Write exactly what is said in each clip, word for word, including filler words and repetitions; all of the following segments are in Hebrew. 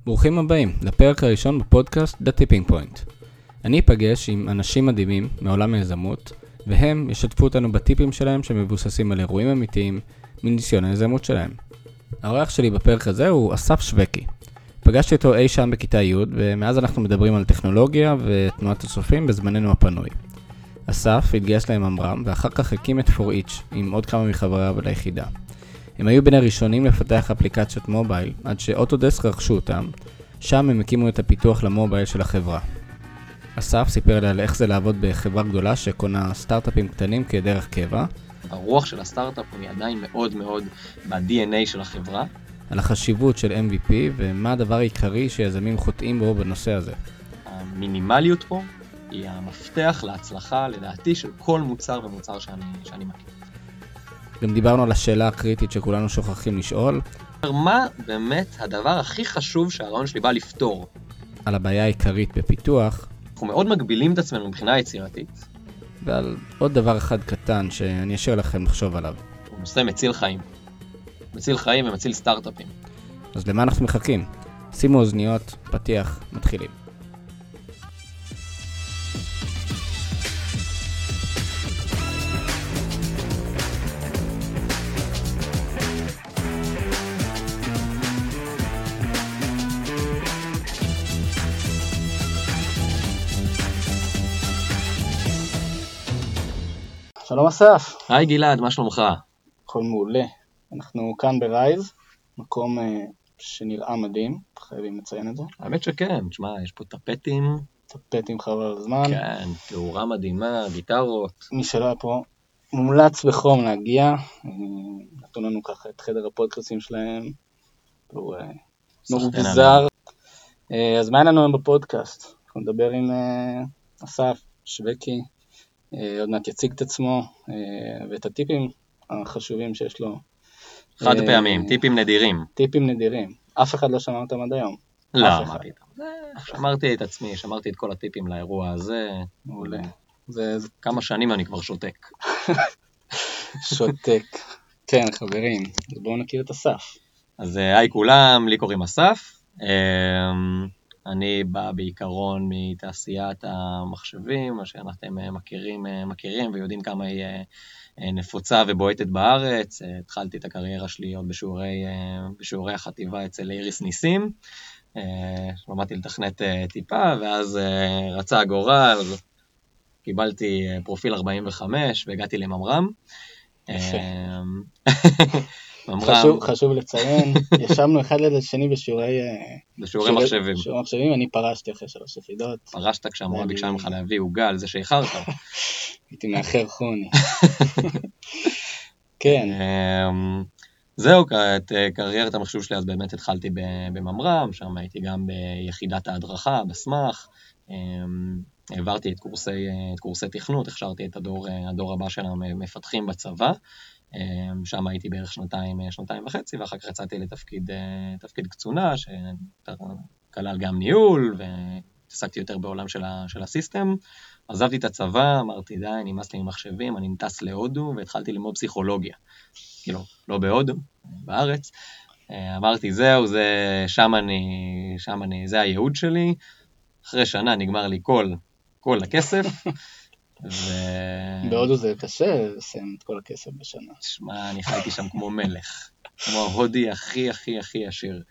ברוכים הבאים לפרק הראשון בפודקאסט The Tipping Point. אני אפגש עם אנשים מדהימים מעולם היזמות, והם ישתפו אותנו בטיפים שלהם שמבוססים על אירועים אמיתיים מניסיון היזמות שלהם. האורח שלי בפרק הזה הוא אסף שווקי. פגשתי אותו אי שם בכיתה י' ומאז אנחנו מדברים על טכנולוגיה ותנועת הצופים בזמננו הפנוי. אסף התגייס לממר"ם ואחר כך הקים את פור איץ' עם עוד כמה מחבריו ליחידה. הם היו בין הראשונים לפתח אפליקציות מובייל, עד שאוטודסק רכשו אותם, שם הם הקימו את הפיתוח למובייל של החברה. אסף סיפר לי על איך זה לעבוד בחברה גדולה שקונה סטארט-אפים קטנים כדרך קבע. הרוח של הסטארט-אפ היא עדיין מאוד מאוד ב-די אן איי של החברה. על החשיבות של אם וי פי ומה הדבר העיקרי שיזמים חוטאים בו בנושא הזה. המינימליות פה היא המפתח להצלחה, לדעתי, של כל מוצר ומוצר שאני, שאני מכיר. גם דיברנו על השאלה הקריטית שכולנו שוכחים לשאול. מה באמת הדבר הכי חשוב שהרעיון שלי בא לפתור? על הבעיה העיקרית בפיתוח. אנחנו מאוד מגבילים את עצמנו מבחינה יצירתית. ועל עוד דבר אחד קטן שאני אשאיר לכם לחשוב עליו. הוא נושא מציל חיים. מציל חיים ומציל סטארט-אפים. אז למה אנחנו מחכים? שימו אוזניות, פתיח, מתחילים. שלום אסף. היי גלעד, מה שלומך? הכל מעולה. אנחנו כאן ברייז, מקום uh, שנראה מדהים, חייבים לציין את זה. האמת שכן, תשמע, יש פה טפטים. טפטים חבל הזמן. כן, תאורה מדהימה, גיטרות. מי שלא היה פה מומלץ בחום להגיע, נתנו לנו ככה את חדר הפודקאסים שלהם, הוא מבוזר. אז מה לנו היום בפודקאסט? אנחנו נדבר עם uh, אסף שווקי, uh, עוד מעט יציג את עצמו, uh, ואת הטיפים החשובים שיש לו. חד פעמים, טיפים נדירים. טיפים נדירים. אף אחד לא שמע אותם עד היום. לא, מה פתאום. שמרתי את עצמי, שמרתי את כל הטיפים לאירוע הזה. מעולה. כמה שנים אני כבר שותק. שותק. כן, חברים. אז בואו נכיר את אסף. אז היי כולם, לי קוראים אסף. אני בא בעיקרון מתעשיית המחשבים, מה שאתם מכירים, מכירים ויודעים כמה היא נפוצה ובועטת בארץ. התחלתי את הקריירה שלי עוד בשיעורי, בשיעורי החטיבה אצל איריס ניסים. למדתי לתכנת טיפה, ואז רצה הגורל, קיבלתי פרופיל ארבעים וחמש והגעתי לממר"ם. חשוב, חשוב לציין, ישבנו אחד ליד השני בשיעורי בשיעורי מחשבים. בשיעורי מחשבים, אני פרשתי אחרי שלוש יחידות. פרשת כשהמורה ביקשה ממך להביא עוגה על זה שאיחרת. הייתי מאחר כרוני. כן. זהו, את קריירת המחשוב שלי אז באמת התחלתי בממר"ם, שם הייתי גם ביחידת ההדרכה, בסמך. העברתי את קורסי, את קורסי תכנות, הכשרתי את הדור, הדור הבא של המפתחים בצבא. שם הייתי בערך שנתיים, שנתיים וחצי, ואחר כך יצאתי לתפקיד, תפקיד קצונה, שכלל גם ניהול, והתעסקתי יותר בעולם של, ה, של הסיסטם. עזבתי את הצבא, אמרתי די, נמאס לי ממחשבים, אני נטס להודו, והתחלתי ללמוד פסיכולוגיה. כאילו, לא בהודו, בארץ. אמרתי, זהו, זה, שם אני, שם אני, זה הייעוד שלי. אחרי שנה נגמר לי כל, כל הכסף. ו... בהודו זה קשה לסיים את כל הכסף בשנה. תשמע, אני חייתי שם כמו מלך. כמו ההודי הכי, הכי, הכי עשיר.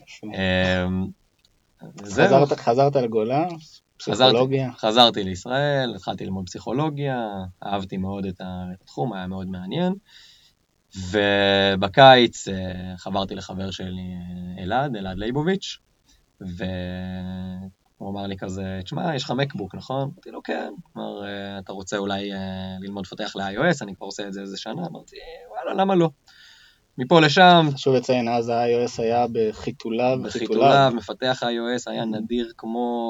חזרת, חזרת לגולה? פסיכולוגיה? חזרתי, חזרתי לישראל, התחלתי ללמוד פסיכולוגיה, אהבתי מאוד את התחום, היה מאוד מעניין. ובקיץ חברתי לחבר שלי אלעד, אלעד ליבוביץ', והוא אמר לי כזה, תשמע, יש לך מקבוק, נכון? אמרתי לו, כן. אמר, אתה רוצה אולי ללמוד לפתח ל-iOS, אני כבר עושה את זה איזה שנה. אמרתי, וואלה, למה לא? מפה לשם. חשוב לציין, אז ה-iOS היה בחיתוליו. בחיתוליו, מפתח ה-iOS היה נדיר כמו...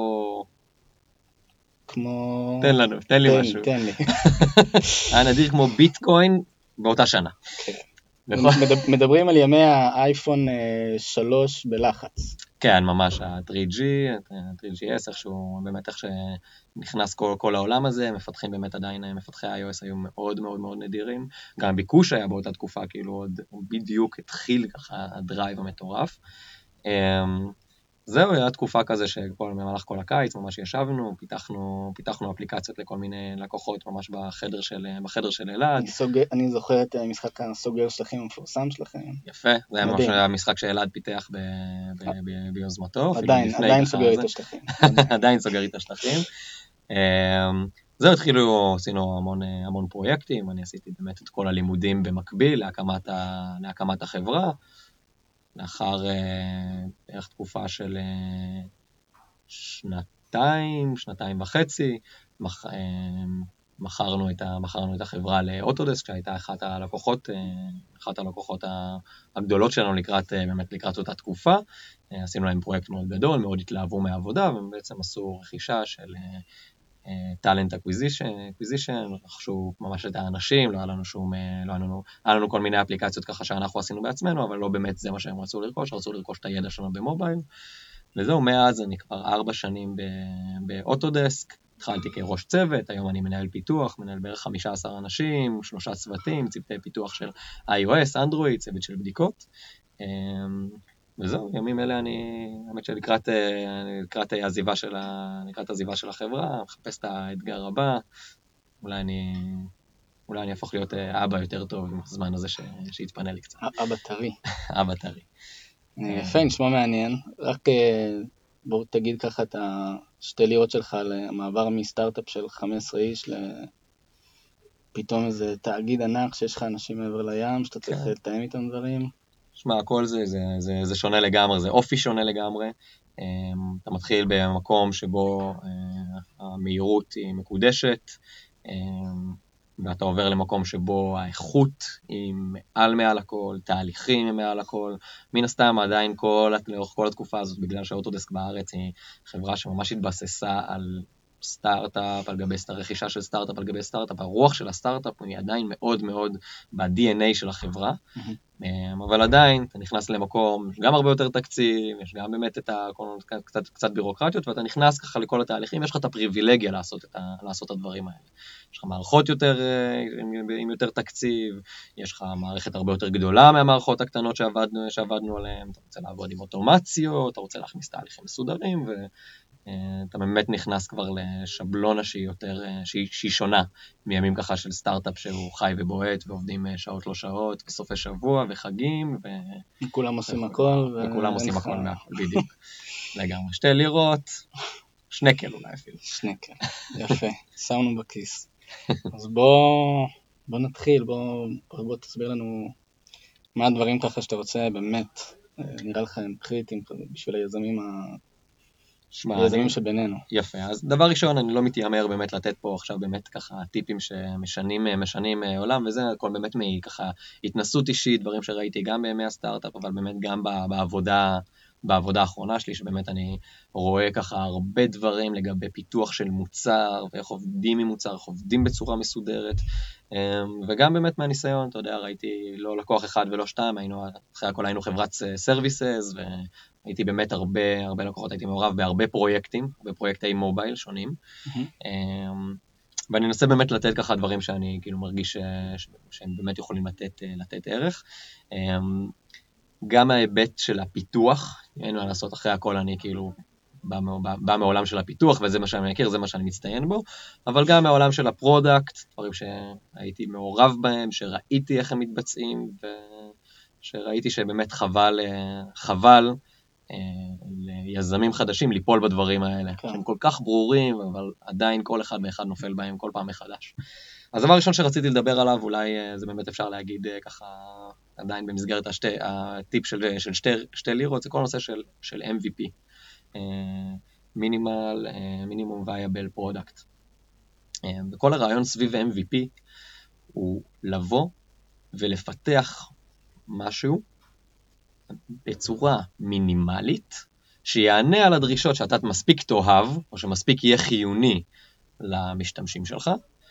כמו... תן לנו, תן לי תן, משהו. תן לי. היה נדיר כמו ביטקוין באותה שנה. מדברים על ימי האייפון שלוש בלחץ. כן, ממש, ה-תרי ג'י, ה-תרי ג'י אס, איכשהו, באמת איך שנכנס כל, כל העולם הזה, מפתחים באמת עדיין, מפתחי iOS היו מאוד מאוד מאוד נדירים, גם ביקוש היה באותה תקופה, כאילו עוד בדיוק התחיל ככה הדרייב המטורף, זהו, היה תקופה כזה שכל במהלך כל הקיץ ממש ישבנו, פיתחנו, פיתחנו אפליקציות לכל מיני לקוחות ממש בחדר של, בחדר של אלעד. אני, סוג... אני זוכר את משחק הסוגר שטחים המפורסם שלכם. יפה, זה היה ממש המשחק שאלעד פיתח ב... ב... ב... ביוזמתו. עדיין, עדיין סוגר את השטחים. עדיין סוגר את השטחים. זהו, התחילו, עשינו המון, המון פרויקטים, אני עשיתי באמת את כל הלימודים במקביל להקמת, ה... להקמת החברה. לאחר בערך תקופה של שנתיים, שנתיים וחצי, מח, מכרנו את, ה, מכרנו את החברה לאוטודסק, שהייתה אחת הלקוחות, אחת הלקוחות הגדולות שלנו לקראת, באמת לקראת אותה תקופה. עשינו להם פרויקט מאוד גדול, מאוד התלהבו מהעבודה, והם בעצם עשו רכישה של טלנט אקוויזישן, רכשו ממש את האנשים, לא היה לנו שום, לא היה לנו, היה לנו כל מיני אפליקציות ככה שאנחנו עשינו בעצמנו, אבל לא באמת זה מה שהם רצו לרכוש, רצו לרכוש את הידע שלנו במובייל, וזהו, מאז אני כבר ארבע שנים באוטודסק, התחלתי כראש צוות, היום אני מנהל פיתוח, מנהל בערך חמישה עשר אנשים, שלושה צוותים, צוותי פיתוח של iOS, אנדרואיד, צוות של בדיקות, וזהו, ימים אלה אני, האמת שלקראת לקראת העזיבה של ה, לקראת העזיבה של החברה, מחפש את האתגר הבא, אולי אני, אולי אני אהפוך להיות אבא יותר טוב עם הזמן הזה ש, שיתפנה לי קצת. אבא טרי. אבא טרי. יפה, נשמע מעניין. רק בואו תגיד ככה את השתי לירות שלך על המעבר מסטארט-אפ של חמש עשרה איש לפתאום איזה תאגיד ענק שיש לך אנשים מעבר לים, שאתה צריך לתאם איתם דברים. שמע, הכל זה, זה, זה, זה שונה לגמרי, זה אופי שונה לגמרי. אתה מתחיל במקום שבו המהירות היא מקודשת, ואתה עובר למקום שבו האיכות היא מעל מעל הכל, תהליכים הם מעל הכל. מן הסתם עדיין כל, לאורך כל התקופה הזאת, בגלל שהאוטודסק בארץ היא חברה שממש התבססה על סטארט-אפ, על גבי סטארט, רכישה של סטארט-אפ, על גבי סטארט-אפ, הרוח של הסטארט-אפ היא עדיין מאוד מאוד ב-די אן איי של החברה, אבל עדיין אתה נכנס למקום, יש גם הרבה יותר תקציב, יש גם באמת את ה, קצת, קצת בירוקרטיות, ואתה נכנס ככה לכל התהליכים, יש לך את הפריבילגיה לעשות את, ה, לעשות את הדברים האלה. יש לך מערכות יותר, עם יותר תקציב, יש לך מערכת הרבה יותר גדולה מהמערכות הקטנות שעבדנו, שעבדנו עליהן, אתה רוצה לעבוד עם אוטומציות, אתה רוצה להכניס תהליכים מסודרים, ו... אתה באמת נכנס כבר לשבלונה שהיא יותר, שהיא, שהיא שונה מימים ככה של סטארט-אפ שהוא חי ובועט ועובדים שעות לא שעות בסופי שבוע וחגים ו... וכולם עושים הכל וכולם עושים הכל מהכל, בדיוק. לגמרי, שתי לירות, שנקל אולי אפילו. שנקל, יפה, שמנו בכיס. אז בוא, בוא נתחיל, בוא, בוא תסביר לנו מה הדברים ככה שאתה רוצה באמת, נראה לך הם קריטיים בשביל היזמים ה... היזמים שבינינו. יפה, אז דבר ראשון, אני לא מתיימר באמת לתת פה עכשיו באמת ככה טיפים שמשנים משנים עולם, וזה הכל באמת מככה התנסות אישית, דברים שראיתי גם בימי הסטארט-אפ, אבל באמת גם בעבודה, בעבודה האחרונה שלי, שבאמת אני רואה ככה הרבה דברים לגבי פיתוח של מוצר, ואיך עובדים עם מוצר, איך עובדים בצורה מסודרת, וגם באמת מהניסיון, אתה יודע, ראיתי לא לקוח אחד ולא שתיים, היינו, אחרי הכל היינו חברת סרוויסס, ו... הייתי באמת הרבה, הרבה לקוחות, הייתי מעורב בהרבה פרויקטים, בפרויקטי מובייל שונים, ואני אנסה באמת לתת ככה דברים שאני כאילו מרגיש שהם באמת יכולים לתת, לתת ערך. גם ההיבט של הפיתוח, אין מה לעשות, אחרי הכל אני כאילו בא, בא, בא מעולם של הפיתוח, וזה מה שאני מכיר, זה מה שאני מצטיין בו, אבל גם מעולם של הפרודקט, דברים שהייתי מעורב בהם, שראיתי איך הם מתבצעים, ושראיתי שבאמת חבל, חבל, ליזמים חדשים ליפול בדברים האלה, כן. שהם כל כך ברורים, אבל עדיין כל אחד מאחד נופל בהם כל פעם מחדש. אז דבר ראשון שרציתי לדבר עליו, אולי זה באמת אפשר להגיד ככה, עדיין במסגרת השתי, הטיפ של, של שתי, שתי לירות, זה כל נושא של, של אם וי פי, Minimal, Minimum Viable Product. וכל הרעיון סביב אם וי פי, הוא לבוא ולפתח משהו, בצורה מינימלית, שיענה על הדרישות שאתה מספיק תאהב, או שמספיק יהיה חיוני למשתמשים שלך,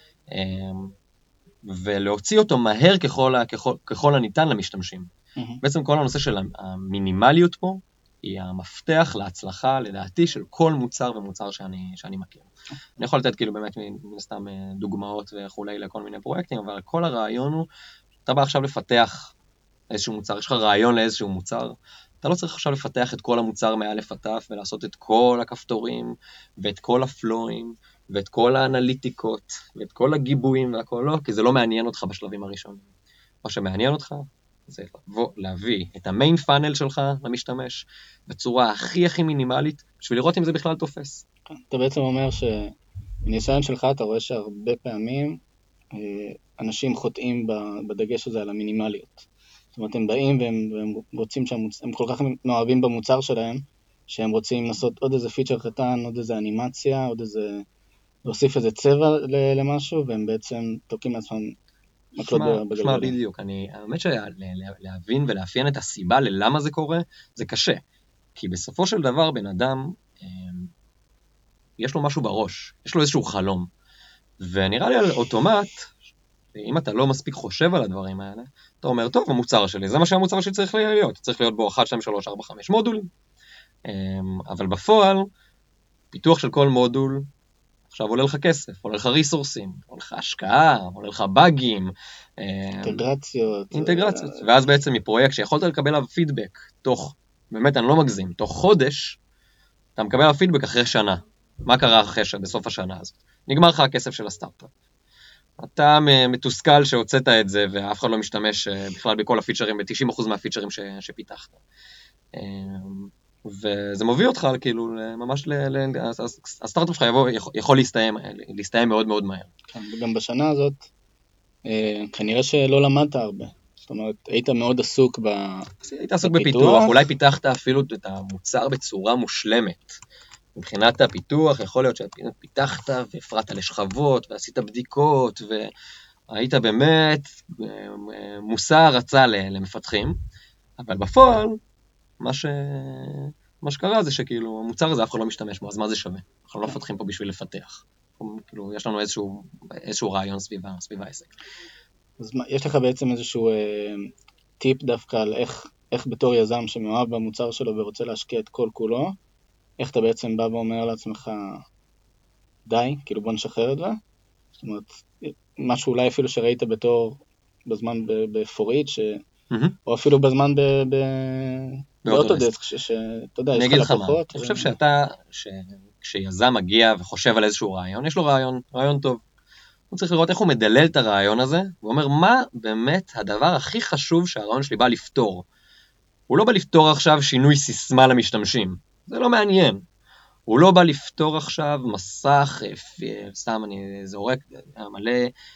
ולהוציא אותו מהר ככל, ככל, ככל הניתן למשתמשים. Mm-hmm. בעצם כל הנושא של המינימליות פה, היא המפתח להצלחה, לדעתי, של כל מוצר ומוצר שאני, שאני מכיר. Okay. אני יכול לתת כאילו באמת מן סתם דוגמאות וכולי לכל מיני פרויקטים, אבל כל הרעיון הוא, אתה בא עכשיו לפתח איזשהו מוצר, יש לך רעיון לאיזשהו מוצר, אתה אתה לא צריך עכשיו לפתח את כל המוצר מאלף עד תף, ולעשות את כל הכפתורים, ואת כל הפלואים, ואת כל האנליטיקות, ואת כל הגיבויים והכל לא, כי זה לא מעניין אותך בשלבים הראשונים. מה שמעניין אותך, זה לבוא, להביא את המיין פאנל שלך למשתמש, בצורה הכי הכי מינימלית, בשביל לראות אם זה בכלל תופס. אתה בעצם אומר שבניסיון שלך אתה רואה שהרבה פעמים אנשים חוטאים בדגש הזה על המינימליות. זאת אומרת, הם באים והם, והם רוצים שהמוצ... הם כל כך מאוהבים במוצר שלהם, שהם רוצים לעשות עוד איזה פיצ'ר קטן, עוד איזה אנימציה, עוד איזה... להוסיף איזה צבע למשהו, והם בעצם תוקעים לעצמם מקלות בגלגלים. שמע בדיוק, אני, האמת שלהבין ולאפיין את הסיבה ללמה זה קורה, זה קשה. כי בסופו של דבר בן אדם, יש לו משהו בראש, יש לו איזשהו חלום. ונראה לי על אוטומט, אם אתה לא מספיק חושב על הדברים האלה, אתה אומר, טוב, המוצר שלי, זה מה שהמוצר שלי צריך להיות, צריך להיות בו אחת, שתיים, שלוש, ארבע, חמש מודולים. אבל בפועל, פיתוח של כל מודול, עכשיו עולה לך כסף, עולה לך ריסורסים, עולה לך השקעה, עולה לך באגים. אינטגרציות. אינטגרציות. ואז בעצם מפרויקט שיכולת לקבל עליו פידבק, תוך, באמת אני לא מגזים, תוך חודש, אתה מקבל עליו פידבק אחרי שנה. מה קרה אחרי בסוף השנה הזאת? נגמר לך הכסף של הסטארט-אפ. אתה מתוסכל שהוצאת את זה, ואף אחד לא משתמש בכלל בכל הפיצ'רים, ב-תשעים אחוז מהפיצ'רים ש, שפיתחת. וזה מוביל אותך, כאילו, ממש, ל, ל, הסטארט-אפ שלך יכול, יכול להסתיים, להסתיים מאוד מאוד מהר. כן, וגם בשנה הזאת, כנראה שלא למדת הרבה. זאת אומרת, היית מאוד עסוק ב... היית עסוק בפיתוח, אולי פיתחת אפילו את המוצר בצורה מושלמת. מבחינת הפיתוח, יכול להיות שפיתחת והפרעת לשכבות, ועשית בדיקות, והיית באמת מוסר רצה למפתחים, אבל בפועל, מה, ש... מה שקרה זה שכאילו, המוצר הזה אף אחד לא משתמש בו, אז מה זה שווה? אנחנו לא מפתחים פה בשביל לפתח. כאילו, יש לנו איזשהו, איזשהו רעיון סביבה, סביבה העסק. אז מה, יש לך בעצם איזשהו אה, טיפ דווקא על איך, איך בתור יזם שמאוהב במוצר שלו ורוצה להשקיע את כל כולו, איך אתה בעצם בא ואומר לעצמך, די, כאילו בוא נשחרר את זה? זאת אומרת, משהו אולי אפילו שראית בתור, בזמן בפורית, ש... Mm-hmm. או אפילו בזמן באוטודסק, שאתה יודע, יש לך לקוחות. אני חושב שאתה, כשיזם מגיע וחושב על איזשהו רעיון, יש לו רעיון, רעיון טוב. הוא צריך לראות איך הוא מדלל את הרעיון הזה, הוא אומר, מה באמת הדבר הכי חשוב שהרעיון שלי בא לפתור? הוא לא בא לפתור עכשיו שינוי סיסמה למשתמשים, זה לא מעניין. הוא לא בא לפתור עכשיו מסך, סתם אני זורק מלא,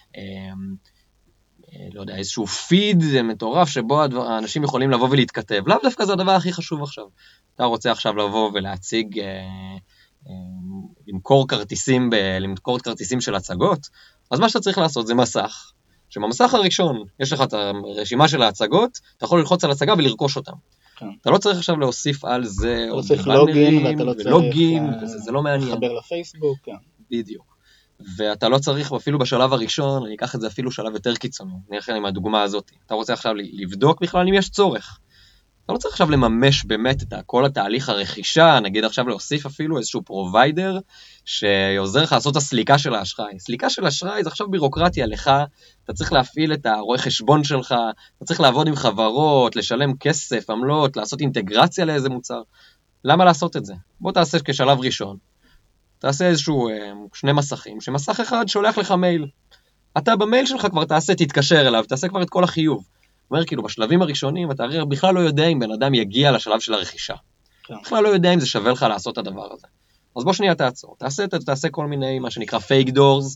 לא יודע, איזשהו פיד מטורף שבו האנשים יכולים לבוא ולהתכתב. לאו דווקא זה הדבר הכי חשוב עכשיו. אתה רוצה עכשיו לבוא ולהציג, למכור כרטיסים, למכור כרטיסים של הצגות, אז מה שאתה צריך לעשות זה מסך, שבמסך הראשון יש לך את הרשימה של ההצגות, אתה יכול ללחוץ על הצגה ולרכוש אותם. אתה לא צריך עכשיו להוסיף על זה, אתה לא צריך לוגין, ואתה לא צריך וזה לא מעניין. לחבר לפייסבוק. בדיוק. ואתה לא צריך, אפילו בשלב הראשון, אני אקח את זה אפילו שלב יותר קיצוני, אני אכן עם הדוגמה הזאת. אתה רוצה עכשיו לבדוק בכלל אם יש צורך. אתה לא צריך עכשיו לממש באמת את כל התהליך הרכישה, נגיד עכשיו להוסיף אפילו איזשהו פרוביידר, שעוזר לך לעשות את הסליקה של האשראי. סליקה של האשראי זה עכשיו בירוקרטיה לך, אתה צריך להפעיל את הרואה חשבון שלך, אתה צריך לעבוד עם חברות, לשלם כסף, עמלות, לעשות אינטגרציה לאיזה מוצר. למה לעשות את זה? בוא תעשה כשלב ראשון. תעשה איזשהו שני מסכים, שמסך אחד שולח לך מייל. אתה במייל שלך כבר תעשה, תתקשר אליו, תעשה כבר את כל החיוב. אומר, כאילו, בשלבים הראשונים, אתה בכלל לא יודע אם בן אדם יגיע לשלב של הרכישה. כן. בכלל לא יודע אם זה שווה לך לעשות את הדבר הזה. אז בוא שנייה תעצור. תעשה, תעשה כל מיני, מה שנקרא fake doors,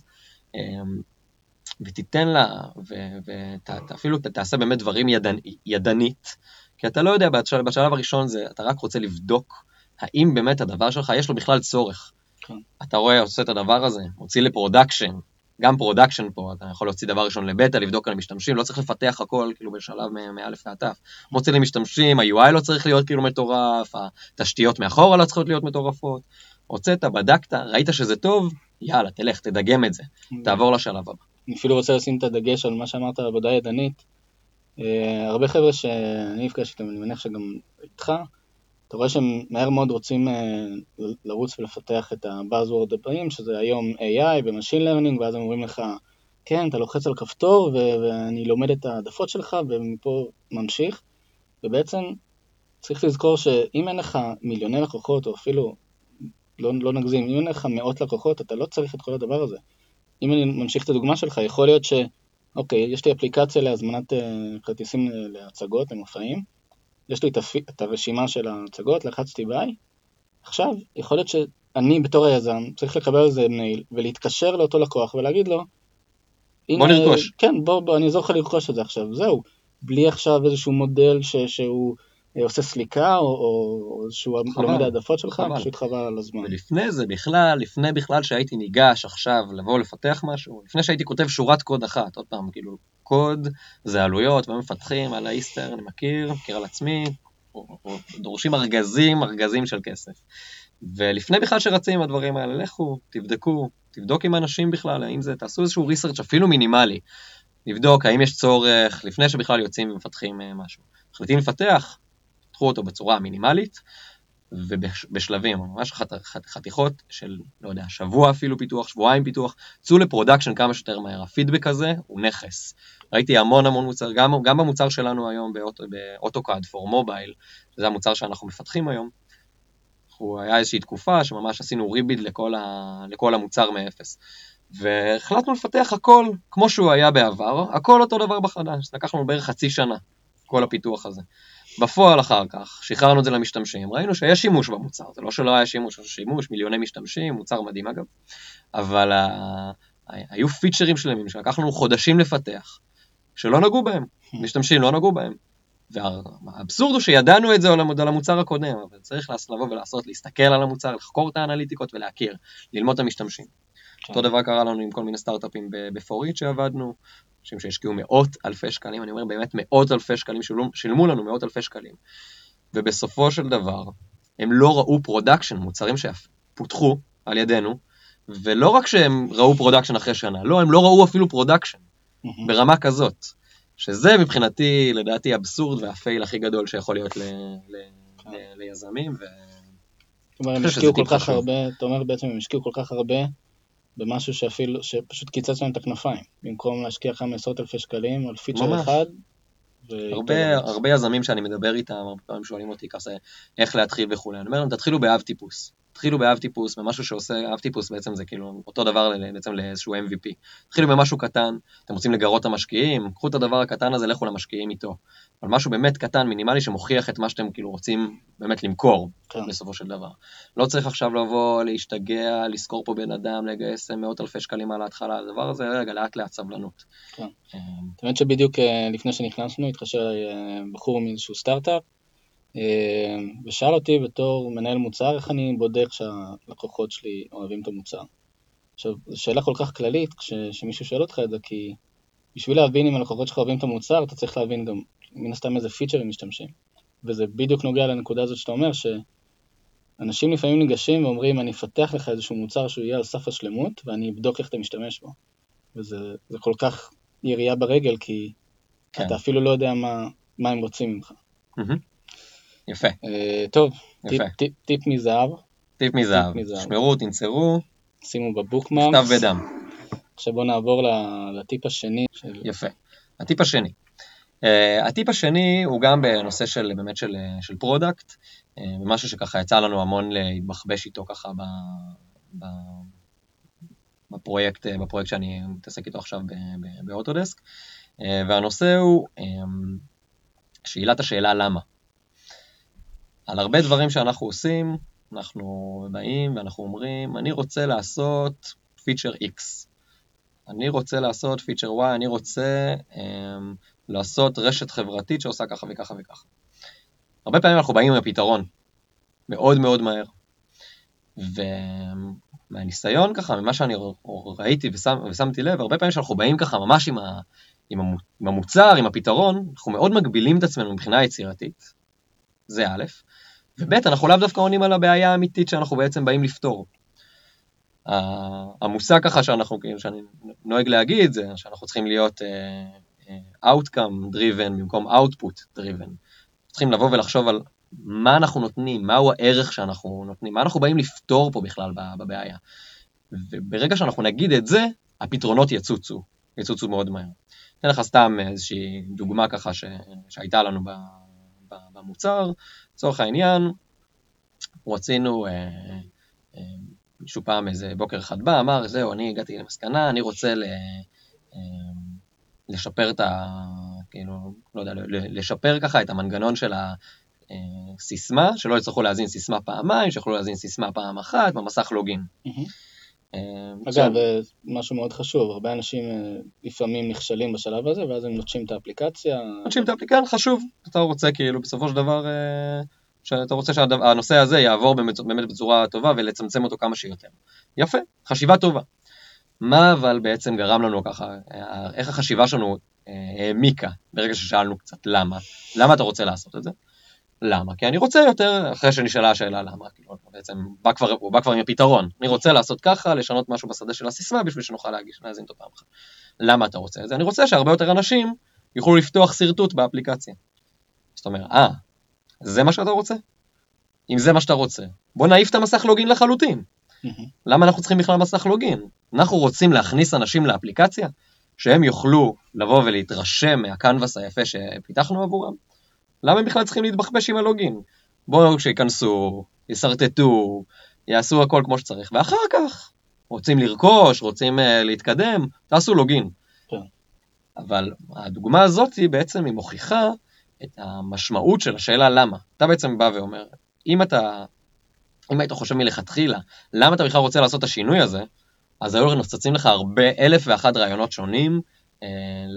ותיתן לה, ואפילו תעשה באמת דברים ידנ, ידנית, כי אתה לא יודע, בשלב, בשלב הראשון זה, אתה רק רוצה לבדוק, האם באמת הדבר שלך יש לו בכלל צורך. כן. אתה רואה, עושה את הדבר הזה, מוציא לפרודקשן, גם פרודקשן פה, אתה יכול להוציא דבר ראשון לבטא, לבדוק על המשתמשים, לא צריך לפתח הכל, כאילו בשלב מאלף ועטף. מוציא למשתמשים, ה-יו איי לא צריך להיות כאילו מטורף, התשתיות מאחורה לא צריכות להיות מטורפות. הוצאת, בדקת, ראית שזה טוב, יאללה, תלך, תדגם את זה, תעבור לשלב הבא. אני אפילו רוצה לשים את הדגש על מה שאמרת, עבודה ידנית. הרבה חבר'ה שאני אפגש איתם, אני מניח שגם איתך, אתה רואה שהם מהר מאוד רוצים לרוץ ולפתח את הבאזוורד הבאים, שזה היום איי איי ומשין לרנינג, ואז הם אומרים לך, כן, אתה לוחץ על כפתור, ואני לומד את העדפות שלך, ומפה ממשיך, ובעצם צריך לזכור שאם אין לך מיליוני לקוחות, או אפילו, לא, לא נגזים, אם אין לך מאות לקוחות, אתה לא צריך את כל הדבר הזה. אם אני ממשיך את הדוגמה שלך, יכול להיות ש, אוקיי, יש לי אפליקציה להזמנת כרטיסים להצגות, למופעים, יש לי את הרשימה של ההצגות, לחצתי ביי, עכשיו, יכול להיות שאני בתור היזם צריך לקבל על זה מייל, ולהתקשר לאותו לקוח ולהגיד לו, בוא נרכוש. כן, בוא, בוא, אני אעזור לך לרכוש את זה עכשיו, זהו. בלי עכשיו איזשהו מודל ש, שהוא עושה סליקה, או, או שהוא לומד העדפות שלך, חבל. פשוט חבל על הזמן. ולפני זה בכלל, לפני בכלל שהייתי ניגש עכשיו לבוא לפתח משהו, לפני שהייתי כותב שורת קוד אחת, עוד פעם, כאילו, קוד זה עלויות, ומפתחים על האיסטר, אני מכיר, מכיר על עצמי, או, או, דורשים ארגזים, ארגזים של כסף. ולפני בכלל שרצים הדברים האלה, לכו, תבדקו, תבדוק עם אנשים בכלל, האם זה, תעשו איזשהו ריסרצ' אפילו מינימלי, לבדוק האם יש צורך, לפני שבכלל יוצאים ומפתחים משהו. החליטים לפתח, פתחו אותו בצורה מינימלית, ובשלבים, ממש חתיכות של, לא יודע, שבוע אפילו פיתוח, שבועיים פיתוח, צאו לפרודקשן כמה שיותר מהר. הפידבק הזה הוא נכס. ראיתי המון המון מוצר, גם, גם במוצר שלנו היום באוטוקאד פור מובייל, זה המוצר שאנחנו מפתחים היום, הוא היה איזושהי תקופה שממש עשינו ריביד לכל, ה, לכל המוצר מאפס. והחלטנו לפתח הכל כמו שהוא היה בעבר, הכל אותו דבר בחדש, לקחנו בערך חצי שנה, כל הפיתוח הזה. בפועל אחר כך, שחררנו את זה למשתמשים, ראינו שיש שימוש במוצר, זה לא שלא היה שימוש, יש שימוש, מיליוני משתמשים, מוצר מדהים אגב, אבל ה... היו פיצ'רים שלמים שלקחנו חודשים לפתח, שלא נגעו בהם, משתמשים לא נגעו בהם, והאבסורד הוא שידענו את זה על המוצר הקודם, אבל צריך לבוא ולעשות, להסתכל על המוצר, לחקור את האנליטיקות ולהכיר, ללמוד את המשתמשים. אותו דבר קרה לנו עם כל מיני סטארט-אפים בפוריט שעבדנו, אנשים שהשקיעו מאות אלפי שקלים, אני אומר באמת מאות אלפי שקלים, שילמו לנו מאות אלפי שקלים, ובסופו של דבר, הם לא ראו פרודקשן, מוצרים שפותחו על ידינו, ולא רק שהם ראו פרודקשן אחרי שנה, לא, הם לא ראו אפילו פרודקשן, ברמה כזאת, שזה מבחינתי, לדעתי, אבסורד והפייל הכי גדול שיכול להיות ליזמים, ו... זאת אומרת, הם השקיעו כל כך הרבה, אתה אומר בעצם, הם השקיעו כל כך הרבה, במשהו שאפילו, שפשוט קיצץ להם את הכנפיים, במקום להשקיע כמה עשרות אלפי שקלים על פיצ'ר אחד. הרבה, הרבה יזמים שאני מדבר איתם, הרבה פעמים שואלים אותי ככה, איך להתחיל וכו'. אני אומר להם, תתחילו באב טיפוס. תתחילו באב טיפוס, במשהו שעושה, אב טיפוס בעצם זה כאילו אותו דבר בעצם לאיזשהו אם וי פי. תתחילו במשהו קטן, אתם רוצים לגרות את המשקיעים, קחו את הדבר הקטן הזה, לכו למשקיעים איתו. אבל משהו באמת קטן, מינימלי, שמוכיח את מה שאתם כאילו רוצים באמת למכור, כן. בסופו של דבר. לא צריך עכשיו לבוא, להשתגע, לזכור פה בן אדם, לגייס מאות אלפי שקלים על ההתחלה, הדבר הזה, רגע, לאט לאט סבלנות. כן. באמת שבדיוק לפני שנכנסנו, התחשר בחור מאיזשהו סטארט-אפ, ושאל אותי בתור מנהל מוצר, איך אני בודק שהלקוחות שלי אוהבים את המוצר. עכשיו, זו שאלה כל כך כללית, שמישהו שואל אותך את זה, כי בשביל להבין אם הלקוחות שלך אוהבים את המוצר, אתה צריך להבין גם מן הסתם איזה פיצ'ר הם משתמשים. וזה בדיוק נוגע לנקודה הזאת שאתה אומר, שאנשים לפעמים ניגשים ואומרים, אני אפתח לך איזשהו מוצר שהוא יהיה על סף השלמות, ואני אבדוק איך אתה משתמש בו. וזה זה כל כך ירייה ברגל, כי כן. אתה אפילו לא יודע מה, מה הם רוצים ממך. Mm-hmm. יפה. Uh, טוב, טיפ, טיפ, טיפ מזהב. טיפ מזהב. שמרו, תנצרו. שימו בבוקמארקס. כתב בדם. עכשיו בואו נעבור לטיפ השני. של... יפה. הטיפ השני. Uh, הטיפ השני הוא גם בנושא של, באמת של, של פרודקט, uh, משהו שככה יצא לנו המון להתבחבש איתו ככה ב, ב, בפרויקט, בפרויקט שאני מתעסק איתו עכשיו באוטודסק, uh, והנושא הוא um, שאלת השאלה למה. על הרבה דברים שאנחנו עושים, אנחנו באים ואנחנו אומרים, אני רוצה לעשות פיצ'ר X, אני רוצה לעשות פיצ'ר Y, אני רוצה um, לעשות רשת חברתית שעושה ככה וככה וככה. הרבה פעמים אנחנו באים עם הפתרון, מאוד מאוד מהר. ומהניסיון ככה, ממה שאני ראיתי ושם, ושמתי לב, הרבה פעמים שאנחנו באים ככה ממש עם, ה, עם המוצר, עם הפתרון, אנחנו מאוד מגבילים את עצמנו מבחינה יצירתית, זה א', וב' אנחנו לאו דווקא עונים על הבעיה האמיתית שאנחנו בעצם באים לפתור. המושג ככה שאנחנו, שאני נוהג להגיד, זה שאנחנו צריכים להיות outcome driven במקום output driven. צריכים לבוא ולחשוב על מה אנחנו נותנים, מהו הערך שאנחנו נותנים, מה אנחנו באים לפתור פה בכלל בבעיה. וברגע שאנחנו נגיד את זה, הפתרונות יצוצו, יצוצו מאוד מהר. אתן לך סתם איזושהי דוגמה ככה ש... שהייתה לנו במוצר, לצורך העניין, רצינו, מישהו פעם איזה בוקר אחד בא, אמר, זהו, אני הגעתי למסקנה, אני רוצה לשפר את ה... כאילו, לא יודע, לשפר ככה את המנגנון של הסיסמה, שלא יצטרכו להזין סיסמה פעמיים, שיוכלו להזין סיסמה פעם אחת, במסך לוגין. אגב, משהו מאוד חשוב, הרבה אנשים לפעמים נכשלים בשלב הזה, ואז הם נוטשים את האפליקציה. נוטשים את האפליקציה, חשוב. אתה רוצה כאילו, בסופו של דבר, שאתה רוצה שהנושא הזה יעבור באמת בצורה טובה, ולצמצם אותו כמה שיותר. יפה, חשיבה טובה. מה אבל בעצם גרם לנו ככה, איך החשיבה שלנו העמיקה, ברגע ששאלנו קצת למה? למה אתה רוצה לעשות את זה? למה? כי אני רוצה יותר, אחרי שנשאלה השאלה למה, כאילו, בעצם בא כבר, הוא בא כבר עם הפתרון. אני רוצה לעשות ככה, לשנות משהו בשדה של הסיסמה, בשביל שנוכל להגיש, להזין אותו פעם אחת. למה אתה רוצה את זה? אני רוצה שהרבה יותר אנשים יוכלו לפתוח סרטוט באפליקציה. זאת אומרת, אה, זה מה שאתה רוצה? אם זה מה שאתה רוצה, בוא נעיף את המסך לוגין לחלוטין. למה אנחנו צריכים בכלל מסך לוגין? אנחנו רוצים להכניס אנשים לאפליקציה, שהם יוכלו לבוא ולהתרשם מהקנבס היפה שפיתחנו עבורם. למה הם בכלל צריכים להתבחבש עם הלוגין? בואו שיכנסו, יסרטטו, יעשו הכל כמו שצריך, ואחר כך רוצים לרכוש, רוצים uh, להתקדם, תעשו לוגין. כן. אבל הדוגמה הזאת היא בעצם, היא מוכיחה את המשמעות של השאלה למה. אתה בעצם בא ואומר, אם אתה, אם היית חושב מלכתחילה, למה אתה בכלל רוצה לעשות את השינוי הזה, אז היו נוצצים לך הרבה אלף ואחד רעיונות שונים uh,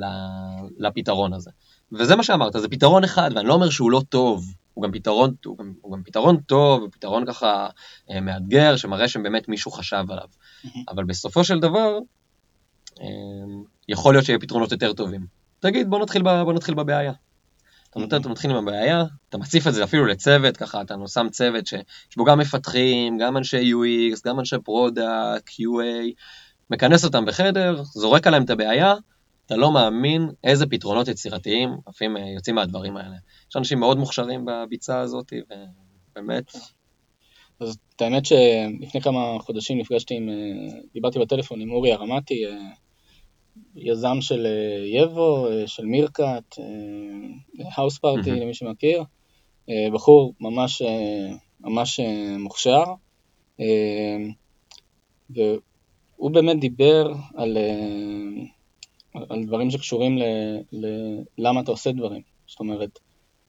לפתרון הזה. וזה מה שאמרת, זה פתרון אחד, ואני לא אומר שהוא לא טוב, הוא גם פתרון, הוא גם, הוא גם פתרון טוב, הוא פתרון ככה אה, מאתגר, שמראה שבאמת מישהו חשב עליו. אבל בסופו של דבר, אה, יכול להיות שיהיה פתרונות יותר טובים. תגיד, בוא נתחיל, בוא נתחיל בבעיה. אתה נותן, אתה מתחיל עם הבעיה, אתה מציף את זה אפילו לצוות, ככה, אתה שם צוות שיש בו גם מפתחים, גם אנשי יו אקס, גם אנשי פרודקט, קיו איי, מכנס אותם בחדר, זורק עליהם את הבעיה, אתה לא מאמין איזה פתרונות יצירתיים אפילו יוצאים מהדברים האלה. יש אנשים מאוד מוכשרים בביצה הזאת, ובאמת... אז את האמת שלפני כמה חודשים נפגשתי עם, דיברתי בטלפון עם אורי הרמתי, יזם של יבו, של מירקאט, האוס פארטי למי שמכיר, בחור ממש, ממש מוכשר, והוא באמת דיבר על... על דברים שקשורים ל, ל, למה אתה עושה דברים. זאת אומרת,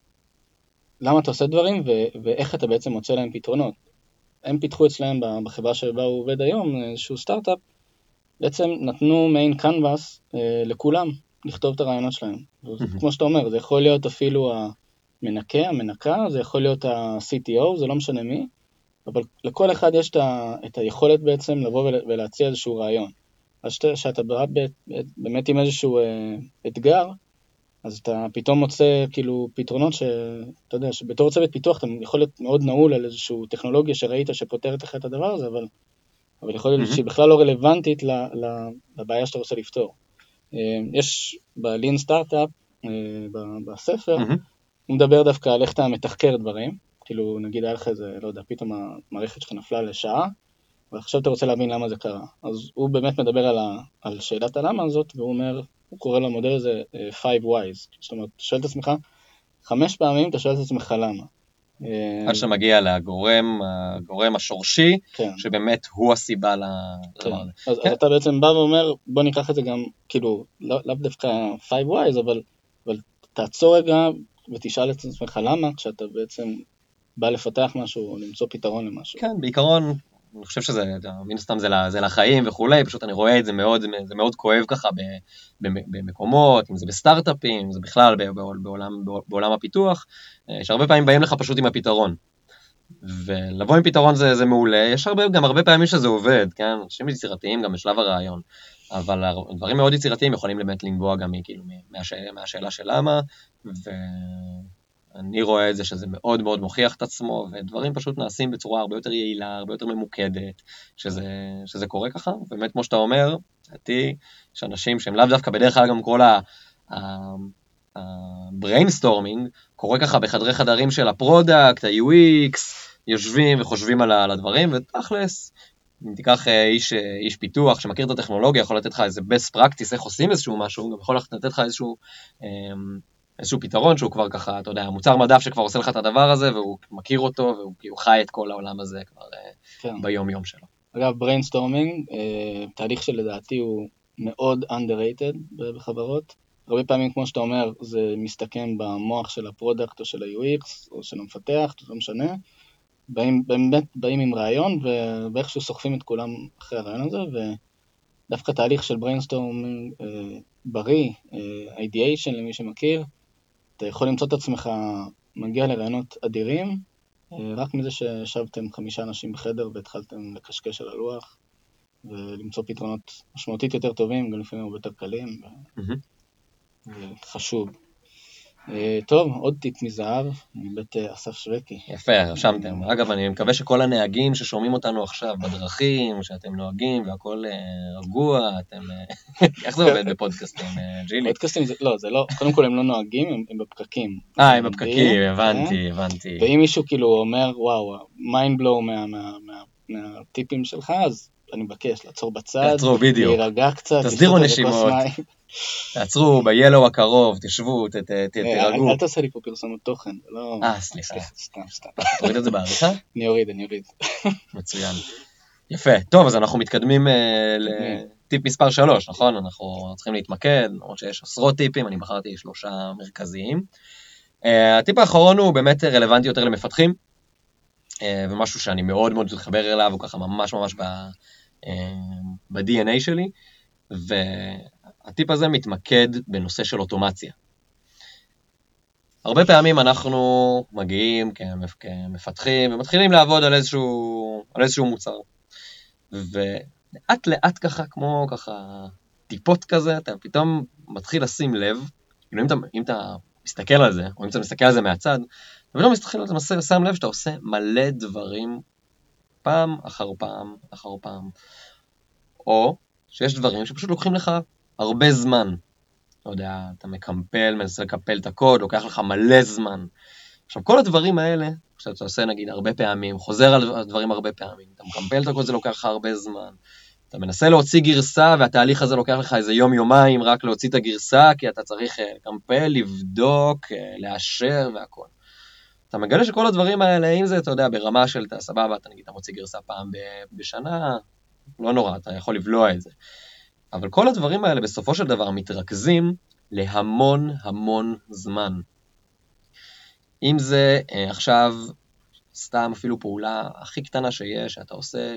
למה אתה עושה דברים ו, ואיך אתה בעצם מוצא להם פתרונות. הם פיתחו אצלהם בחברה שבה הוא עובד היום, איזשהו סטארט-אפ, בעצם נתנו מיין קנבס אה, לכולם לכתוב את הרעיונות שלהם. Mm-hmm. כמו שאתה אומר, זה יכול להיות אפילו המנקה, המנקה, זה יכול להיות ה-סי טי או, זה לא משנה מי, אבל לכל אחד יש את, ה, את היכולת בעצם לבוא ולהציע איזשהו רעיון. אז שאתה באמת עם איזשהו אתגר, אז אתה פתאום מוצא כאילו פתרונות שאתה יודע, שבתור צוות פיתוח אתה יכול להיות מאוד נעול על איזשהו טכנולוגיה שראית שפותרת לך את הדבר הזה, אבל, אבל יכול להיות שהיא בכלל לא רלוונטית לבעיה שאתה רוצה לפתור. יש בלין סטארט-אפ, בספר, הוא מדבר דווקא על איך אתה מתחקר דברים, כאילו נגיד היה לך איזה, לא יודע, פתאום המערכת שלך נפלה לשעה, ועכשיו אתה רוצה להבין למה זה קרה. אז הוא באמת מדבר על, ה, על שאלת הלמה הזאת, והוא אומר, הוא קורא למודל הזה five whys. זאת אומרת, אתה שואל את עצמך, חמש פעמים אתה שואל את עצמך למה. עד שאתה מגיע לגורם, הגורם השורשי, כן. שבאמת הוא הסיבה לדבר הזה. כן. אז, כן. אז אתה בעצם בא ואומר, בוא ניקח את זה גם, כאילו, לא, לא דווקא five whys, אבל, אבל תעצור רגע ותשאל את עצמך למה, כשאתה בעצם בא לפתח משהו, או למצוא פתרון למשהו. כן, בעיקרון, אני חושב שזה, מן הסתם זה, זה לחיים וכולי, פשוט אני רואה את זה מאוד, זה מאוד כואב ככה במקומות, אם זה בסטארט-אפים, אם זה בכלל בעולם, בעולם הפיתוח, שהרבה פעמים באים לך פשוט עם הפתרון. ולבוא עם פתרון זה, זה מעולה, יש הרבה, גם הרבה פעמים שזה עובד, כן? אנשים יצירתיים גם בשלב הרעיון, אבל דברים מאוד יצירתיים יכולים באמת לנבוע גם כאילו, מהשאלה, מהשאלה של למה, ו... אני רואה את זה שזה מאוד מאוד מוכיח את עצמו, ודברים פשוט נעשים בצורה הרבה יותר יעילה, הרבה יותר ממוקדת, שזה, שזה קורה ככה, ובאמת כמו שאתה אומר, לדעתי, יש אנשים שהם לאו דווקא בדרך כלל גם כל ה-brainstorming, קורה ככה בחדרי חדרים של הפרודקט, ה-יו אקס, יושבים וחושבים על הדברים, ותכלס, אם תיקח איש, איש פיתוח שמכיר את הטכנולוגיה, יכול לתת לך איזה best practice, איך עושים איזשהו משהו, גם יכול לתת לך איזשהו... איזשהו פתרון שהוא כבר ככה, אתה יודע, מוצר מדף שכבר עושה לך את הדבר הזה, והוא מכיר אותו, והוא כאילו חי את כל העולם הזה כבר כן. ביום יום שלו. אגב, בריינסטורמינג, תהליך שלדעתי הוא מאוד underrated בחברות. הרבה פעמים, כמו שאתה אומר, זה מסתכם במוח של הפרודקט או של ה-יו אקס או של המפתח, זה לא משנה. באים, באמת באים עם רעיון, ואיכשהו סוחפים את כולם אחרי הרעיון הזה, ודווקא תהליך של בריינסטורמינג בריא, ideation למי שמכיר, אתה יכול למצוא את עצמך מגיע לרעיונות אדירים, רק מזה ששבתם חמישה אנשים בחדר והתחלתם לקשקש על הלוח, ולמצוא פתרונות משמעותית יותר טובים, גם לפעמים הרבה יותר קלים, וחשוב. טוב, עוד טיפ מזהב, מבית אסף שווקי. יפה, רשמתם. אגב, אני מקווה שכל הנהגים ששומעים אותנו עכשיו בדרכים, שאתם נוהגים והכל רגוע, אתם... איך זה עובד בפודקאסטים, ג'ילי? פודקאסטים, לא, זה לא, קודם כל הם לא נוהגים, הם בפקקים. אה, הם בפקקים, הבנתי, הבנתי. ואם מישהו כאילו אומר, וואו, מיינד בלואו מהטיפים שלך, אז אני מבקש לעצור בצד, לעצור בדיוק. להירגע קצת, תסדירו נשימות. תעצרו ב-Yellow הקרוב, תשבו, תרגעו. אל תעשה לי פה פרסומת תוכן, זה לא... אה, סליחה. סתם, סתם. תוריד את זה בעריכה? אני אוריד, אני אוריד. מצוין. יפה. טוב, אז אנחנו מתקדמים לטיפ מספר שלוש, נכון? אנחנו צריכים להתמקד, למרות שיש עשרות טיפים, אני בחרתי שלושה מרכזיים. הטיפ האחרון הוא באמת רלוונטי יותר למפתחים, ומשהו שאני מאוד מאוד מתחבר אליו, הוא ככה ממש ממש ב-די אן איי שלי, והטיפ הזה מתמקד בנושא של אוטומציה. הרבה פעמים אנחנו מגיעים כמפתחים, ומתחילים לעבוד על איזשהו, על איזשהו מוצר. ולאט לאט ככה, כמו ככה טיפות כזה, אתה פתאום מתחיל לשים לב, אם אתה, אם אתה מסתכל על זה, או אם אתה מסתכל על זה מהצד, ולא מסתכל על זה, שם לב שאתה עושה מלא דברים, פעם אחר פעם אחר פעם. או שיש דברים שפשוט לוקחים לך הרבה זמן. לא יודע, אתה מקמפל, מנסה לקפל את הקוד, לוקח לך מלא זמן. עכשיו, כל הדברים האלה, שאתה עושה נגיד הרבה פעמים, חוזר על הדברים הרבה פעמים, אתה מקמפל את הקוד, זה לוקח לך הרבה זמן. אתה מנסה להוציא גרסה, והתהליך הזה לוקח לך איזה יום-יומיים רק להוציא את הגרסה, כי אתה צריך לקמפל, לבדוק, לאשר והכל. אתה מגלה שכל הדברים האלה, אם זה, אתה יודע, ברמה של אתה סבבה, אתה נגיד, אתה מוציא גרסה פעם בשנה, לא נורא, אתה יכול לבלוע את זה. אבל כל הדברים האלה בסופו של דבר מתרכזים להמון המון זמן. אם זה עכשיו סתם אפילו פעולה הכי קטנה שיש, שאתה עושה,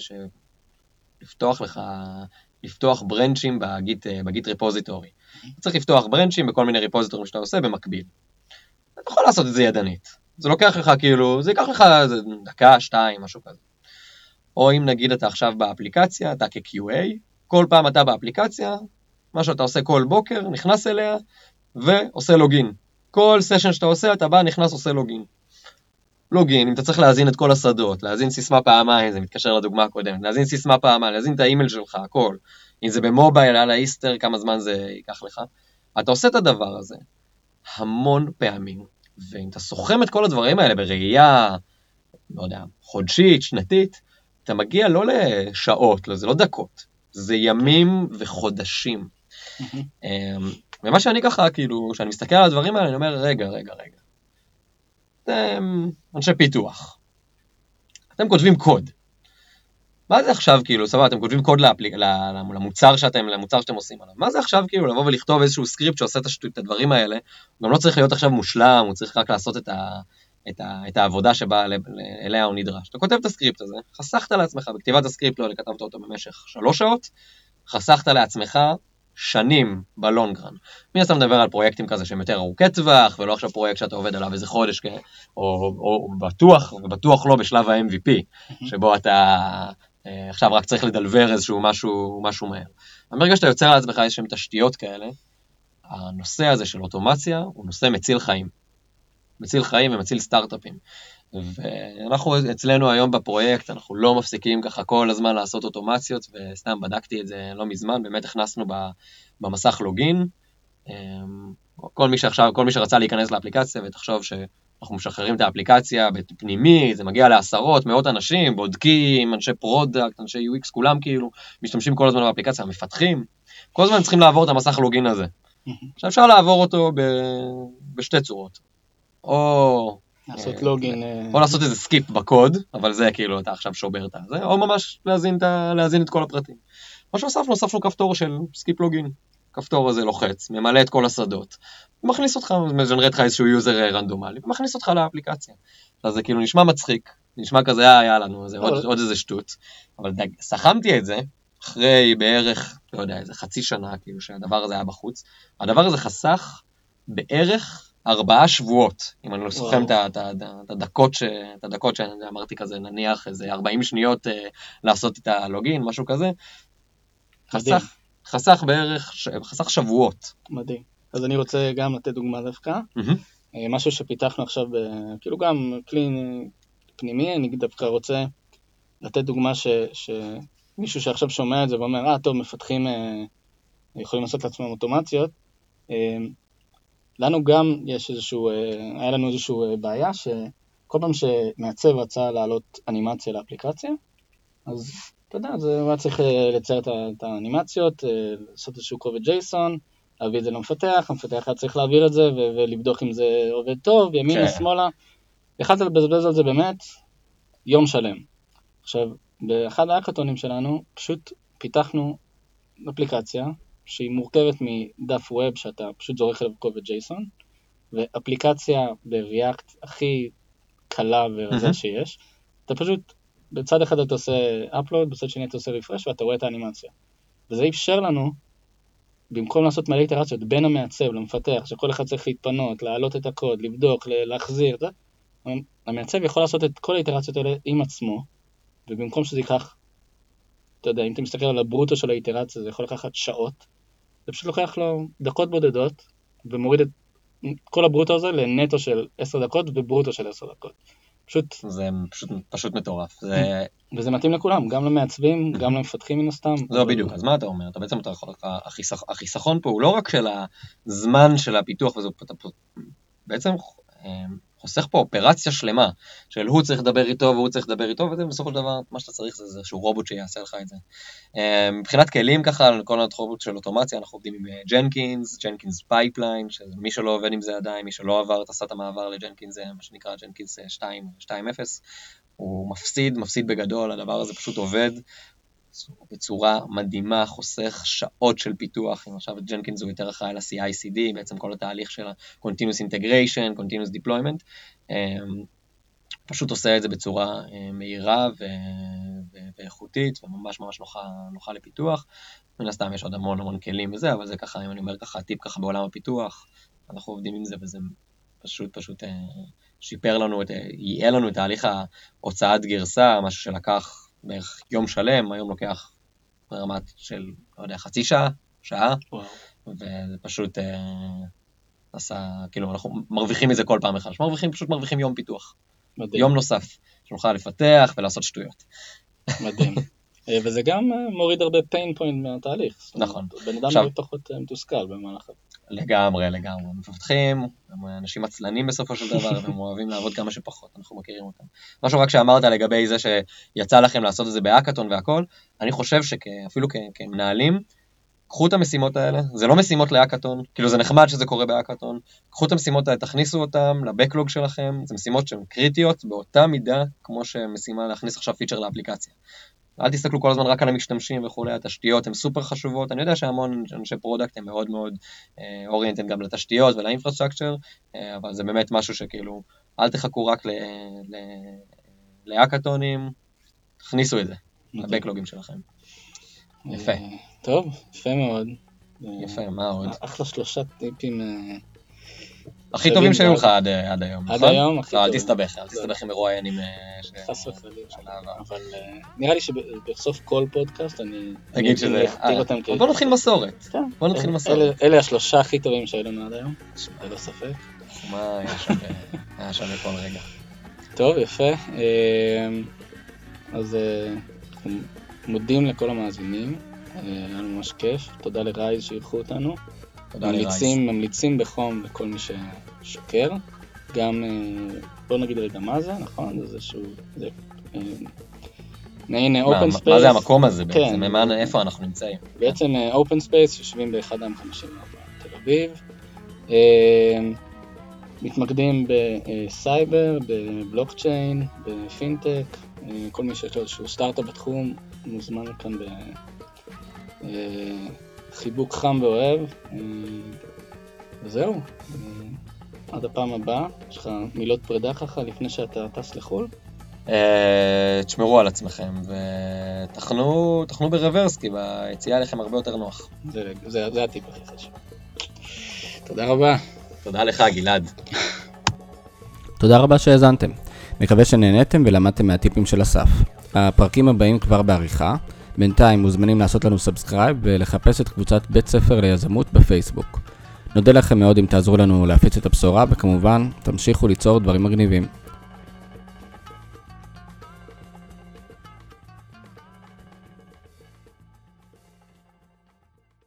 לפתוח לך, לפתוח ברנצ'ים בגיט, בגיט ריפוזיטורי. אתה צריך לפתוח ברנצ'ים בכל מיני ריפוזיטורים שאתה עושה במקביל. אתה יכול לעשות את זה ידנית. זה לוקח לך כאילו, זה ייקח לך דקה, שתיים, משהו כזה. או אם נגיד אתה עכשיו באפליקציה, אתה כ-קיו איי, כל פעם אתה באפליקציה, מה שאתה עושה כל בוקר, נכנס אליה, ועושה לוגין. כל סשן שאתה עושה, אתה בא, נכנס, עושה לוגין. לוגין, אם אתה צריך להזין את כל השדות, להזין סיסמה פעמיים, זה מתקשר לדוגמה הקודמת, להזין סיסמה פעמיים, להזין את האימייל שלך, הכל. אם זה במובייל, על האיסטר, כמה זמן זה ייקח לך. אתה עושה את הדבר הזה המון פעמים, ואם אתה סוכם את כל הדברים האלה בראייה, לא יודע, חודשית, שנתית, אתה מגיע לא לשעות, לא, זה לא דקות, זה ימים וחודשים. ומה שאני ככה, כאילו, כשאני מסתכל על הדברים האלה, אני אומר, רגע, רגע, רגע. אתם אנשי פיתוח. אתם כותבים קוד. מה זה עכשיו, כאילו, סבבה, אתם כותבים קוד לאפליק, למוצר שאתם, למוצר שאתם עושים עליו. מה זה עכשיו, כאילו, לבוא ולכתוב איזשהו סקריפט שעושה את הדברים האלה, הוא גם לא צריך להיות עכשיו מושלם, הוא צריך רק לעשות את ה... את, ה, את העבודה שבאה אליה הוא נדרש. אתה כותב את הסקריפט הזה, חסכת לעצמך, בכתיבת הסקריפט לא כתבת אותו במשך שלוש שעות, חסכת לעצמך שנים בלונגרן. מי אתה מדבר על פרויקטים כזה שהם יותר ארוכי טווח, ולא עכשיו פרויקט שאתה עובד עליו איזה חודש, או, או, או בטוח, ובטוח לא בשלב ה-אם וי פי, שבו אתה עכשיו רק צריך לדלבר איזשהו משהו, משהו מהר. ברגע שאתה יוצר לעצמך איזשהם תשתיות כאלה, הנושא הזה של אוטומציה הוא נושא מציל חיים. מציל חיים ומציל סטארט-אפים. ואנחנו אצלנו היום בפרויקט, אנחנו לא מפסיקים ככה כל הזמן לעשות אוטומציות, וסתם בדקתי את זה לא מזמן, באמת הכנסנו במסך לוגין, כל מי שעכשיו, כל מי שרצה להיכנס לאפליקציה, ותחשוב שאנחנו משחררים את האפליקציה בפנימי, זה מגיע לעשרות, מאות אנשים, בודקים, אנשי פרודקט, אנשי יו אקס, כולם כאילו משתמשים כל הזמן באפליקציה, מפתחים, כל הזמן צריכים לעבור את המסך לוגין הזה. עכשיו אפשר לעבור אותו בשתי צורות. או... לעשות לוגין. או לעשות איזה סקיפ בקוד, אבל זה כאילו אתה עכשיו שובר את זה, או ממש להזין את, להזין את כל הפרטים. מה שהוספנו, הוספנו כפתור של סקיפ לוגין. כפתור הזה לוחץ, ממלא את כל השדות, ומכניס אותך, מג'נרט לך איזשהו יוזר רנדומלי, ומכניס אותך לאפליקציה. אז זה כאילו נשמע מצחיק, נשמע כזה, היה, היה לנו, זה עוד, עוד איזה שטות, אבל דג, סחמתי את זה, אחרי בערך, לא יודע, איזה חצי שנה, כאילו שהדבר הזה היה בחוץ, הדבר הזה חסך בערך ארבעה שבועות, אם אני לא סוכם את הדקות, את הדקות שאמרתי כזה, נניח איזה ארבעים שניות לעשות את הלוגין, משהו כזה, חסך. חסך בערך, חסך שבועות. מדהים. אז אני רוצה גם לתת דוגמה דווקא. Mm-hmm. משהו שפיתחנו עכשיו, כאילו גם כלי פנימי, אני דווקא רוצה לתת דוגמה ש, שמישהו שעכשיו שומע את זה ואומר, אה, טוב, מפתחים, יכולים לעשות לעצמם אוטומציות. לנו גם יש איזשהו, היה לנו איזשהו בעיה, שכל פעם שמעצב רצה לעלות אנימציה לאפליקציה, אז אתה יודע, הוא היה צריך לצייר את האנימציות, לעשות איזשהו קובץ ג'ייסון, להביא את זה למפתח, המפתח היה צריך להעביר את זה ולבדוק אם זה עובד טוב, ימינה, שמאלה. יכלת לבזבז על זה באמת יום שלם. עכשיו, באחד ההאקתונים שלנו, פשוט פיתחנו אפליקציה שהיא מורכבת מדף ווב שאתה פשוט זורך אליו קובץ ג'ייסון, ואפליקציה ב-React הכי קלה ורזה שיש. אתה פשוט... בצד אחד אתה עושה upload, בצד שני אתה עושה refresh, ואתה רואה את האנימציה. וזה אפשר לנו, במקום לעשות מלא איטרציות בין המעצב למפתח, שכל אחד צריך להתפנות, להעלות את הקוד, לבדוק, להחזיר, המעצב יכול לעשות את כל האיטרציות האלה עם עצמו, ובמקום שזה ייקח, אתה יודע, אם אתה מסתכל על הברוטו של האיטרציה, זה יכול לקחת שעות, זה פשוט לוקח לו דקות בודדות, ומוריד את כל הברוטו הזה לנטו של עשר דקות, וברוטו של עשר דקות. פשוט... זה פשוט, פשוט מטורף. זה... וזה מתאים לכולם, גם למעצבים, גם למפתחים מן הסתם. זהו בדיוק, אז מה אתה אומר? אתה בעצם, אתה יכול... החיסכון פה הוא לא רק של הזמן של הפיתוח, וזה בעצם חוסך פה אופרציה שלמה, של הוא צריך לדבר איתו, והוא צריך לדבר איתו, וזה בסופו של דבר, מה שאתה צריך זה איזשהו רובוט שיעשה לך את זה. מבחינת כלים ככה, על כל הרובוט של אוטומציה, אנחנו עובדים עם ג'נקינס, ג'נקינס פייפליין, שמי שלא עובד עם זה עדיין, מי שלא עבר, תעשה את המעבר לג'נקינס, זה מה שנקרא ג'נקינס שתיים אפס, הוא מפסיד, מפסיד בגדול, הדבר הזה פשוט עובד, בצורה מדהימה, חוסך שעות של פיתוח, אם עכשיו ג'נקינס הוא יותר אחראי ל-סי איי סי די, בעצם כל התהליך של ה-Continuous Integration, Continuous Deployment, פשוט עושה את זה בצורה מהירה ואיכותית, וממש ממש נוחה, נוחה לפיתוח. מן הסתם יש עוד המון המון כלים וזה, אבל זה ככה, אם אני אומר ככה, טיפ ככה בעולם הפיתוח, אנחנו עובדים עם זה, וזה פשוט פשוט שיפר לנו, יהיה לנו את תהליך ההוצאת גרסה, משהו שלקח בערך יום שלם, היום לוקח ברמת של, לא יודע, חצי שעה, שעה, וואו. וזה פשוט אה, עשה, כאילו, אנחנו מרוויחים מזה כל פעם אחד, מרוויחים, פשוט מרוויחים יום פיתוח. מדהים. יום נוסף, שנוכל לפתח ולעשות שטויות. מדהים. וזה גם מוריד הרבה pain point מהתהליך. נכון. בן אדם עכשיו... פחות מתוסכל במהלך הזה. לגמרי, לגמרי. מפתחים, אנשים עצלנים בסופו של דבר, והם אוהבים לעבוד כמה שפחות, אנחנו מכירים אותם. משהו רק שאמרת לגבי זה שיצא לכם לעשות את זה בהאקתון והכל, אני חושב שאפילו כמנהלים, קחו את המשימות האלה, זה לא משימות להאקתון, כאילו זה נחמד שזה קורה בהאקתון, קחו את המשימות האלה, תכניסו אותם לבקלוג שלכם, זה משימות שהן קריטיות באותה מידה, כמו שמשימה להכניס עכשיו פיצ'ר לאפליקציה. אל תסתכלו כל הזמן רק על המשתמשים וכולי, התשתיות הן סופר חשובות, אני יודע שהמון אנשי פרודקט הם מאוד מאוד אוריינטד גם לתשתיות ולאינפרסטרקצ'ר, אבל זה באמת משהו שכאילו, אל תחכו רק להאקתונים, תכניסו את זה, לבקלוגים שלכם. יפה. טוב, יפה מאוד. יפה, מה עוד? אחלה שלושה טיפים. הכי טובים שהיו לך עד היום, נכון? עד היום, הכי טובים. אל תסתבך, אל תסתבך עם מרואיינים חס וחלילה. אבל נראה לי שבסוף כל פודקאסט אני... תגיד שזה... בוא נתחיל מסורת. בוא נתחיל מסורת. אלה השלושה הכי טובים שהיו לנו עד היום, ללא ספק. מה היה שווה כל רגע. טוב, יפה. אז מודים לכל המאזינים. היה לנו ממש כיף. תודה לרייז שאירחו אותנו. ממליצים, ממליצים בחום לכל מי ששוקר. גם, בוא נגיד רגע מה זה, נכון? זה איזשהו, זה מעין אופן ספייס. מה זה המקום הזה בעצם? איפה אנחנו נמצאים? בעצם אופן ספייס יושבים באחד העם חמישים וארבע תל אביב. מתמקדים בסייבר, בבלוקצ'יין, בפינטק, כל מי שיש לו איזשהו סטארט-אפ בתחום מוזמן כאן בחיבוק חם ואוהב. וזהו, עד הפעם הבאה, יש לך מילות פרידה ככה לפני שאתה טס לחול? תשמרו על עצמכם ותחנו תחנו ברוורס, כי ביציאה לכם הרבה יותר נוח. זה, זה, זה הטיפ הכי חשוב. תודה רבה. תודה לך גלעד. תודה רבה שהאזנתם. מקווה שנהנתם ולמדתם מהטיפים של אסף. הפרקים הבאים כבר בעריכה. בינתיים מוזמנים לעשות לנו סאבסקרייב ולחפש את קבוצת בית ספר ליזמות בפייסבוק. נודה לכם מאוד אם תעזרו לנו להפיץ את הבשורה, וכמובן תמשיכו ליצור דברים מגניבים.